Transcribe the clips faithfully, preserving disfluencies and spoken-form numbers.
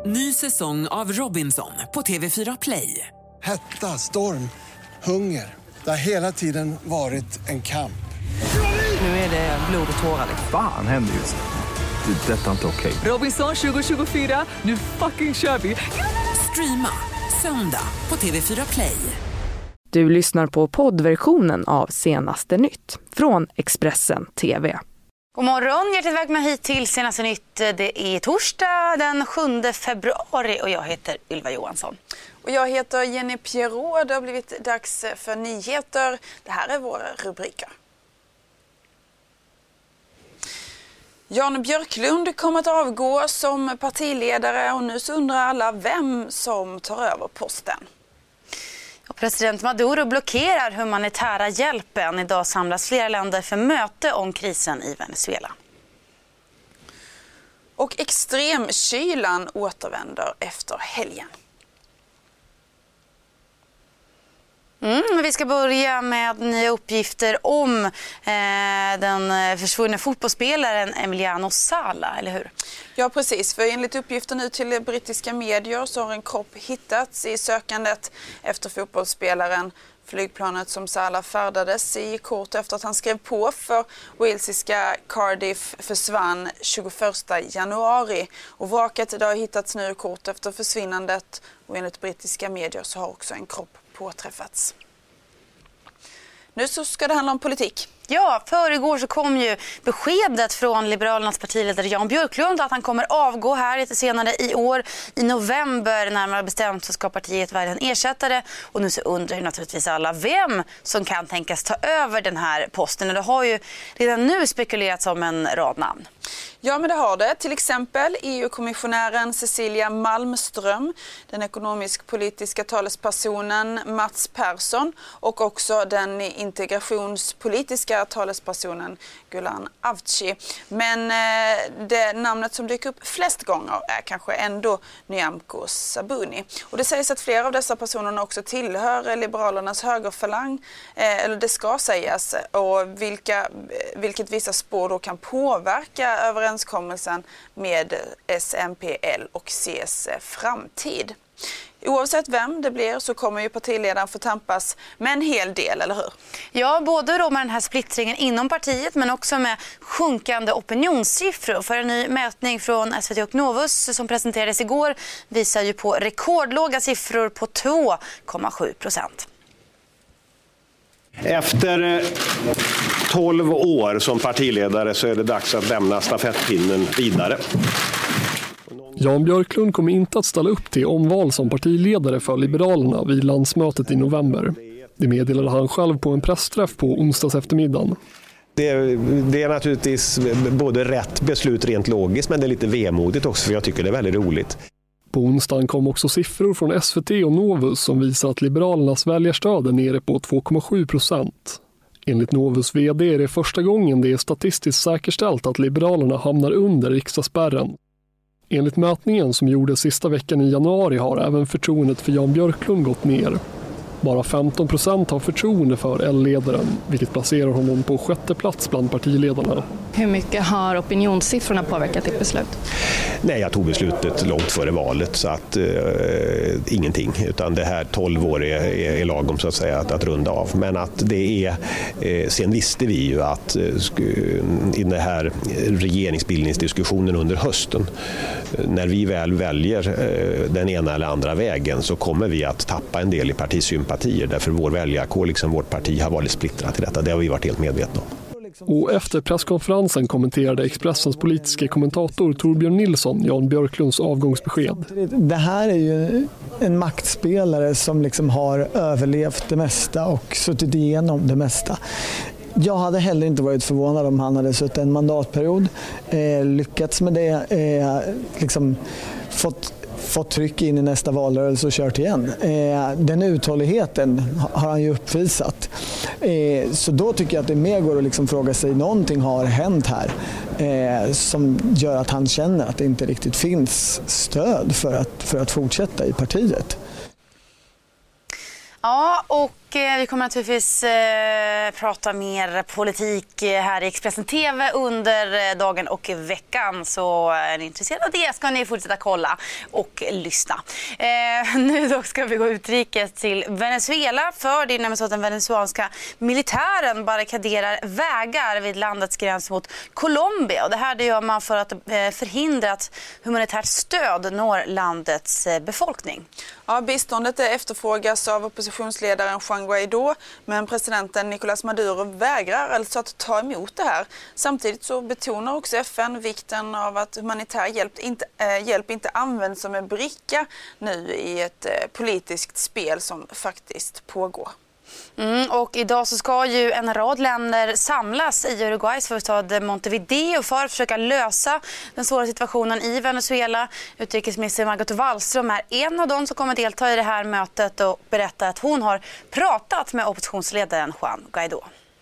Ny säsong av Robinson på T V fyra Play. Hetta, storm, hunger. Det har hela tiden varit en kamp. Nu är det blod och tårar. Fan händer just det. Det är detta inte okej. Robinson tjugo tjugofyra, nu fucking kör vi. Streama söndag på T V fyra Play. Du lyssnar på poddversionen av Senaste Nytt från Expressen T V. God morgon, hjärtligt välkomna hit till Senaste Nytt. Det är torsdag den sjunde februari och jag heter Ylva Johansson. Och jag heter Jenny Pierrot. Det har blivit dags för nyheter. Det här är våra rubriker. Jan Björklund kommer att avgå som partiledare och nu så undrar alla vem som tar över posten. President Maduro blockerar humanitära hjälpen. Idag samlas flera länder för möte om krisen i Venezuela. Och extremkylan återvänder efter helgen. Mm, vi ska börja med nya uppgifter om eh, den försvunna fotbollsspelaren Emiliano Sala, eller hur? Ja, precis. För enligt uppgifter nu till brittiska medier så har en kropp hittats i sökandet efter fotbollsspelaren. Flygplanet som Sala färdades i kort efter att han skrev på för walesiska Cardiff försvann tjugoförsta januari. Och vraket idag har hittats nu kort efter försvinnandet och enligt brittiska medier så har också en kropp påträffats. Nu så ska det handla om politik. Ja, för igår så kom ju beskedet från Liberalernas partiledare Jan Björklund att han kommer avgå här lite senare i år. I november närmare bestämt så ska partiet välja en ersättare och nu så undrar ju naturligtvis alla vem som kan tänkas ta över den här posten. Och det har ju redan nu spekulerats om en rad namn. Ja, men det har det. Till exempel E U-kommissionären Cecilia Malmström, den ekonomisk-politiska talespersonen Mats Persson och också den integrationspolitiska talespersonen Gulan Avci. Men eh, det namnet som dyker upp flest gånger är kanske ändå Nyamko Sabuni. Och det sägs att flera av dessa personer också tillhör Liberalernas högerfalang, eh, eller det ska sägas, och vilka, vilket vissa spår då kan påverka överenskommelsen med S M P L och C's framtid. Oavsett vem det blir så kommer ju partiledaren få tampas med en hel del, eller hur? Ja, både då med den här splittringen inom partiet men också med sjunkande opinionssiffror. För en ny mätning från S V T och Novus som presenterades igår visar ju på rekordlåga siffror på två komma sju procent. Efter tolv år som partiledare så är det dags att lämna stafettpinnen vidare. Jan Björklund kommer inte att ställa upp till omval som partiledare för Liberalerna vid landsmötet i november. Det meddelade han själv på en pressträff på onsdags eftermiddagen. Det, det är naturligtvis både rätt beslut rent logiskt, men det är lite vemodigt också för jag tycker det är väldigt roligt. På onsdagen kom också siffror från S V T och Novus som visar att Liberalernas väljarstöd är nere på två komma sju procent. Enligt Novus vd är det första gången det är statistiskt säkerställt att Liberalerna hamnar under riksdagsspärren. Enligt mätningen som gjordes sista veckan i januari har även förtroendet för Jan Björklund gått ner. Bara femton procent har förtroende för L-ledaren, vilket placerar honom på sjätte plats bland partiledarna. Hur mycket har opinionssiffrorna påverkat ditt beslut? Nej, jag tog beslutet långt före valet så att eh, ingenting. Utan det här tolv år är, är, är lagom så att säga att, att runda av. Men att det är, eh, sen visste vi ju att eh, i den här regeringsbildningsdiskussionen under hösten, eh, när vi väl väljer eh, den ena eller andra vägen så kommer vi att tappa en del i partisympatier. Därför vår väljarkår liksom vårt parti har varit splittrat i detta. Det har vi varit helt medvetna om. Och efter presskonferensen kommenterade Expressens politiska kommentator Torbjörn Nilsson Jan Björklunds avgångsbesked. Det här är ju en maktspelare som liksom har överlevt det mesta och suttit igenom det mesta. Jag hade heller inte varit förvånad om han hade suttit en mandatperiod, eh, lyckats med det, eh, liksom fått fått tryck in i nästa valrörelse och kört igen. Eh, den uthålligheten har han ju uppvisat. Eh, så då tycker jag att det mer går att liksom fråga sig, någonting har hänt här eh, som gör att han känner att det inte riktigt finns stöd för att, för att fortsätta i partiet. Ja, och Och eh, vi kommer naturligtvis eh, prata mer politik här i Expressen T V under eh, dagen och veckan. Så är ni intresserade av det ska ni fortsätta kolla och lyssna. Eh, nu då ska vi gå utrikes till Venezuela, för det är nämligen så att den venezuelanska militären barrikaderar vägar vid landets gräns mot Colombia. Och det här det gör man för att eh, förhindra att humanitärt stöd når landets eh, befolkning. Ja, biståndet efterfrågas av oppositionsledaren Juan Guaidó, men presidenten Nicolás Maduro vägrar alltså att ta emot det här. Samtidigt så betonar också F N vikten av att humanitär hjälp inte, äh, hjälp inte används som en bricka nu i ett äh, politiskt spel som faktiskt pågår. Mm, och idag så ska ju en rad länder samlas i Uruguays huvudstad Montevideo för att försöka lösa den svåra situationen i Venezuela. Utrikesminister Margot Wallström är en av dem som kommer delta i det här mötet och berätta att hon har pratat med oppositionsledaren Juan Guaidó.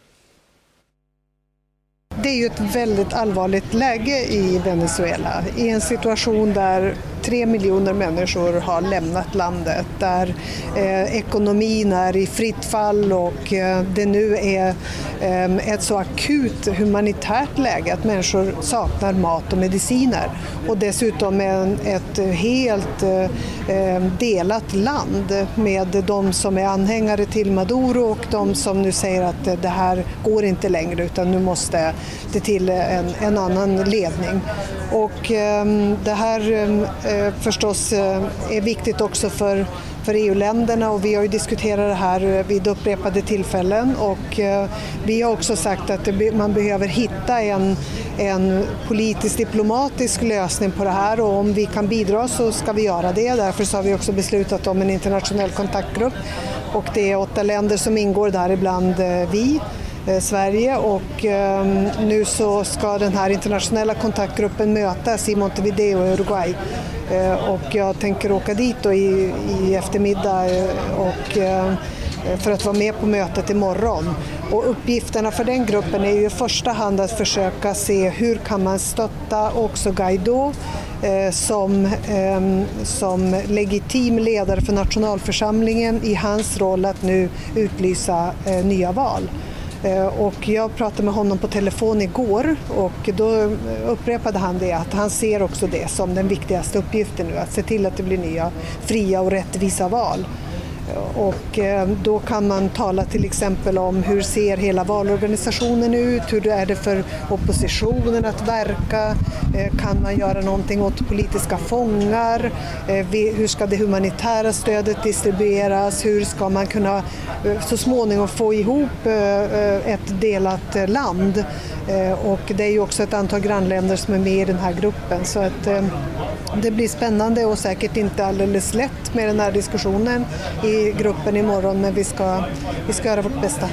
Det är ju ett väldigt allvarligt läge i Venezuela, i en situation där tre miljoner människor har lämnat landet, där eh, ekonomin är i fritt fall och eh, det nu är eh, ett så akut humanitärt läge att människor saknar mat och mediciner. Och dessutom en, ett helt eh, delat land med de som är anhängare till Maduro och de som nu säger att det här går inte längre utan nu måste det till en, en annan ledning. Och eh, det här eh, förstås eh, är viktigt också för, för E U-länderna och vi har ju diskuterat det här vid upprepade tillfällen och eh, vi har också sagt att det, man behöver hitta en, en politisk diplomatisk lösning på det här och om vi kan bidra så ska vi göra det. Därför så har vi också beslutat om en internationell kontaktgrupp och det är åtta länder som ingår där, ibland eh, vi. Sverige och eh, nu så ska den här internationella kontaktgruppen mötas i Montevideo i Uruguay eh, och jag tänker åka dit då i, i eftermiddag och, eh, för att vara med på mötet imorgon. Och uppgifterna för den gruppen är ju i första hand att försöka se hur kan man stötta också Guaidó eh, som, eh, som legitim ledare för nationalförsamlingen i hans roll att nu utlysa eh, nya val. Och jag pratade med honom på telefon igår och då upprepade han det att han ser också det som den viktigaste uppgiften nu, att se till att det blir nya fria och rättvisa val. Och då kan man tala till exempel om hur ser hela valorganisationen ut, hur är det för oppositionen att verka, kan man göra någonting åt politiska fångar, hur ska det humanitära stödet distribueras, hur ska man kunna så småningom få ihop ett delat land. Och det är ju också ett antal grannländer som är med i den här gruppen så att det blir spännande och säkert inte alldeles lätt med den här diskussionen i gruppen imorgon, men vi ska, vi ska göra vårt bästa.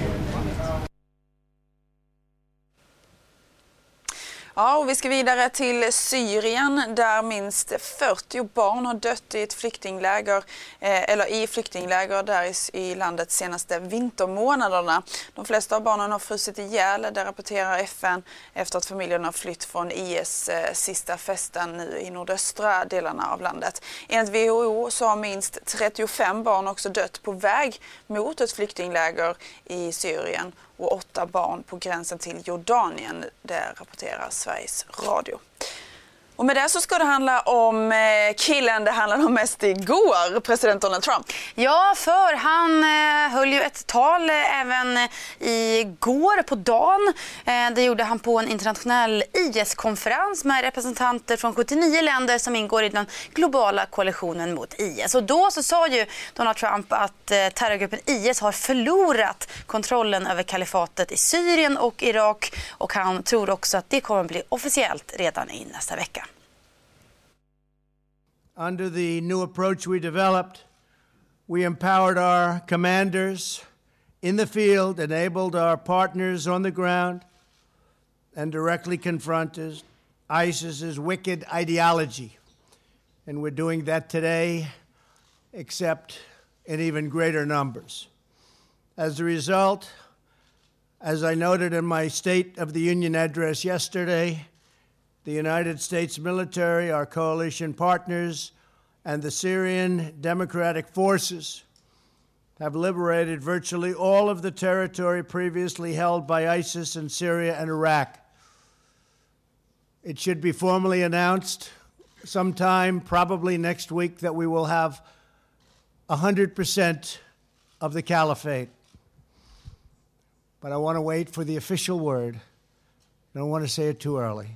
Ja, och vi ska vidare till Syrien där minst fyrtio barn har dött i ett flyktingläger eh, eller i flyktingläger där i, i landets senaste vintermånaderna. De flesta av barnen har frusit ihjäl, det rapporterar F N efter att familjerna har flytt från I S eh, sista festen nu i nordöstra delarna av landet. Enligt W H O så har minst trettiofem barn också dött på väg mot ett flyktingläger i Syrien och åtta barn på gränsen till Jordanien, det rapporterar Sveriges Radio. Och med det så ska det handla om killen det handlade om mest igår, president Donald Trump. Ja, för han eh, höll ju ett tal eh, även igår på dagen. Eh, det gjorde han på en internationell I S-konferens med representanter från sjuttionio länder som ingår i den globala koalitionen mot I S. Och då så sa ju Donald Trump att eh, terrorgruppen I S har förlorat kontrollen över kalifatet i Syrien och Irak. Och han tror också att det kommer att bli officiellt redan i nästa vecka. Under the new approach we developed, we empowered our commanders in the field, enabled our partners on the ground, and directly confronted ISIS's wicked ideology. And we're doing that today, except in even greater numbers. As a result, as I noted in my State of the Union address yesterday, the United States military, our coalition partners, and the Syrian Democratic Forces have liberated virtually all of the territory previously held by ISIS in Syria and Iraq. It should be formally announced sometime, probably next week, that we will have one hundred percent of the caliphate. But I want to wait for the official word. I don't want to say it too early.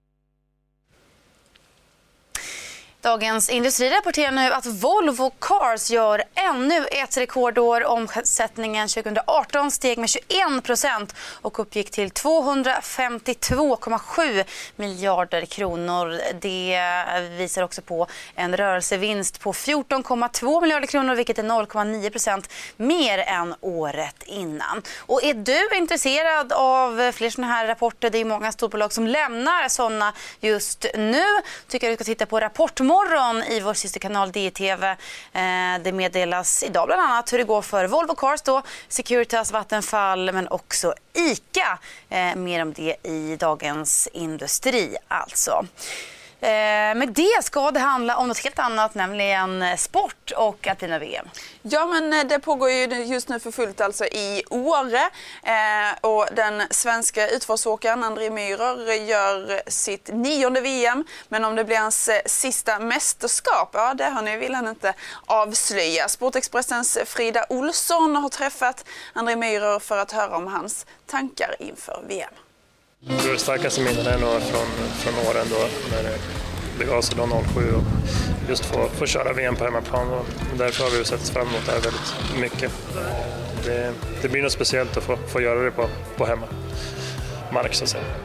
Dagens Industri rapporterar nu att Volvo Cars gör ännu ett rekordår. Omsättningen tjugo arton steg med tjugoen procent och uppgick till tvåhundrafemtiotvå komma sju miljarder kronor. Det visar också på en rörelsevinst på fjorton komma två miljarder kronor, vilket är noll komma nio procent mer än året innan. Och är du intresserad av fler sådana här rapporter? Det är många storbolag som lämnar sådana just nu. Tycker du ska titta på Rapportmorgon i vår systerkanal D T V. Det meddelas idag bland annat hur det går för Volvo Cars då, Securitas, Vattenfall men också ICA. Mer om det i Dagens Industri alltså. Med det ska det handla om något helt annat, nämligen sport och alpina V M. Ja, men det pågår ju just nu för fullt alltså i Åre. Eh, och den svenska utförsåkaren André Myhrer gör sitt nionde V M. Men om det blir hans sista mästerskap, ja det har ni vill han inte avslöja. Sportexpressens Frida Olsson har träffat André Myhrer för att höra om hans tankar inför V M. Det starkaste minnen är nog från, från åren då när det begav sig då noll sju och just få, få köra V M på hemmaplan, och därför har vi sett fram emot det här väldigt mycket. Det, det blir något speciellt att få, få göra det på, på hemmamark så att säga.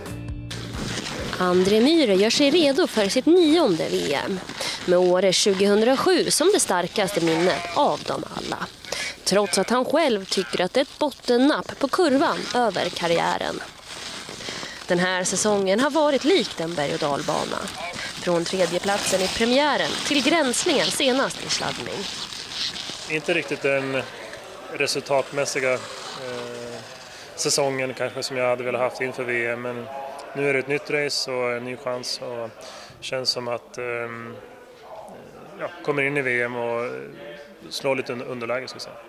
André Myhrer gör sig redo för sitt nionde V M med året tjugohundrasju som det starkaste minnet av dem alla. Trots att han själv tycker att det är ett bottennapp på kurvan över karriären. Den här säsongen har varit likt en berg- och dalbana. Från tredjeplatsen i premiären till gränsningen senast i sladdning. Inte riktigt den resultatmässiga eh, säsongen kanske som jag hade velat haft inför V M. Men nu är det ett nytt race och en ny chans. Och känns som att eh, ja, kommer in i V M och slår lite underläge ska jag säga.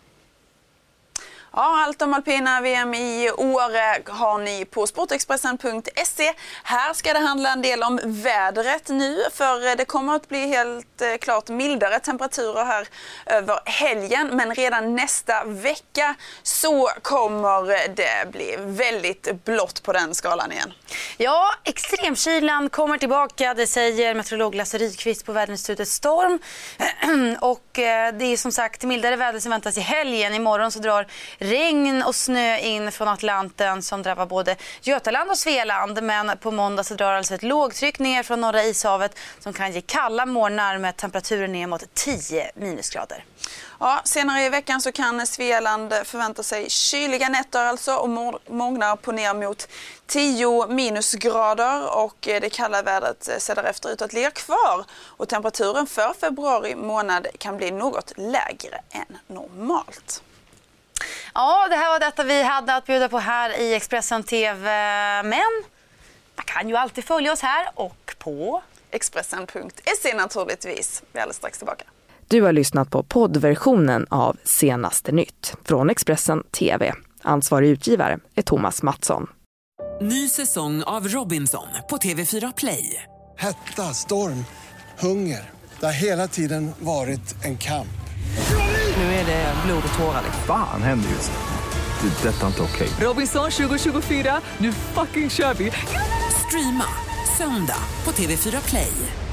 Ja, allt om alpina V M i Åre har ni på sportexpressen punkt se. Här ska det handla en del om vädret nu, för det kommer att bli helt eh, klart mildare temperaturer här över helgen. Men redan nästa vecka så kommer det bli väldigt blått på den skalan igen. Ja, extremkylan kommer tillbaka, det säger meteorolog Lasse Rydqvist på Väderinstitutet Storm. Och eh, det är som sagt mildare väder som väntas i helgen. Imorgon så drar regn och snö in från Atlanten som drabbar både Götaland och Svealand. Men på måndag så drar alltså ett lågtryck ner från norra ishavet som kan ge kalla morgnar med temperaturen ner mot tio minusgrader. Ja, senare i veckan så kan Svealand förvänta sig kyliga nätter alltså och morgnar på ner mot tio minusgrader, och det kalla vädret ser därefter ut att ligga kvar och temperaturen för februari månad kan bli något lägre än normalt. Ja, det här var detta vi hade att bjuda på här i Expressen T V. Men man kan ju alltid följa oss här och på Expressen punkt se naturligtvis. Vi är alldeles strax tillbaka. Du har lyssnat på poddversionen av Senaste nytt från Expressen T V. Ansvarig utgivare är Thomas Mattsson. Ny säsong av Robinson på T V fyra Play. Hetta, storm, hunger. Det har hela tiden varit en kamp. Nu är det blod och tårar. Fan händer just det. Det är detta inte okej. Robinson tjugo tjugofyra, nu fucking kör vi. Streama söndag på T V fyra Play.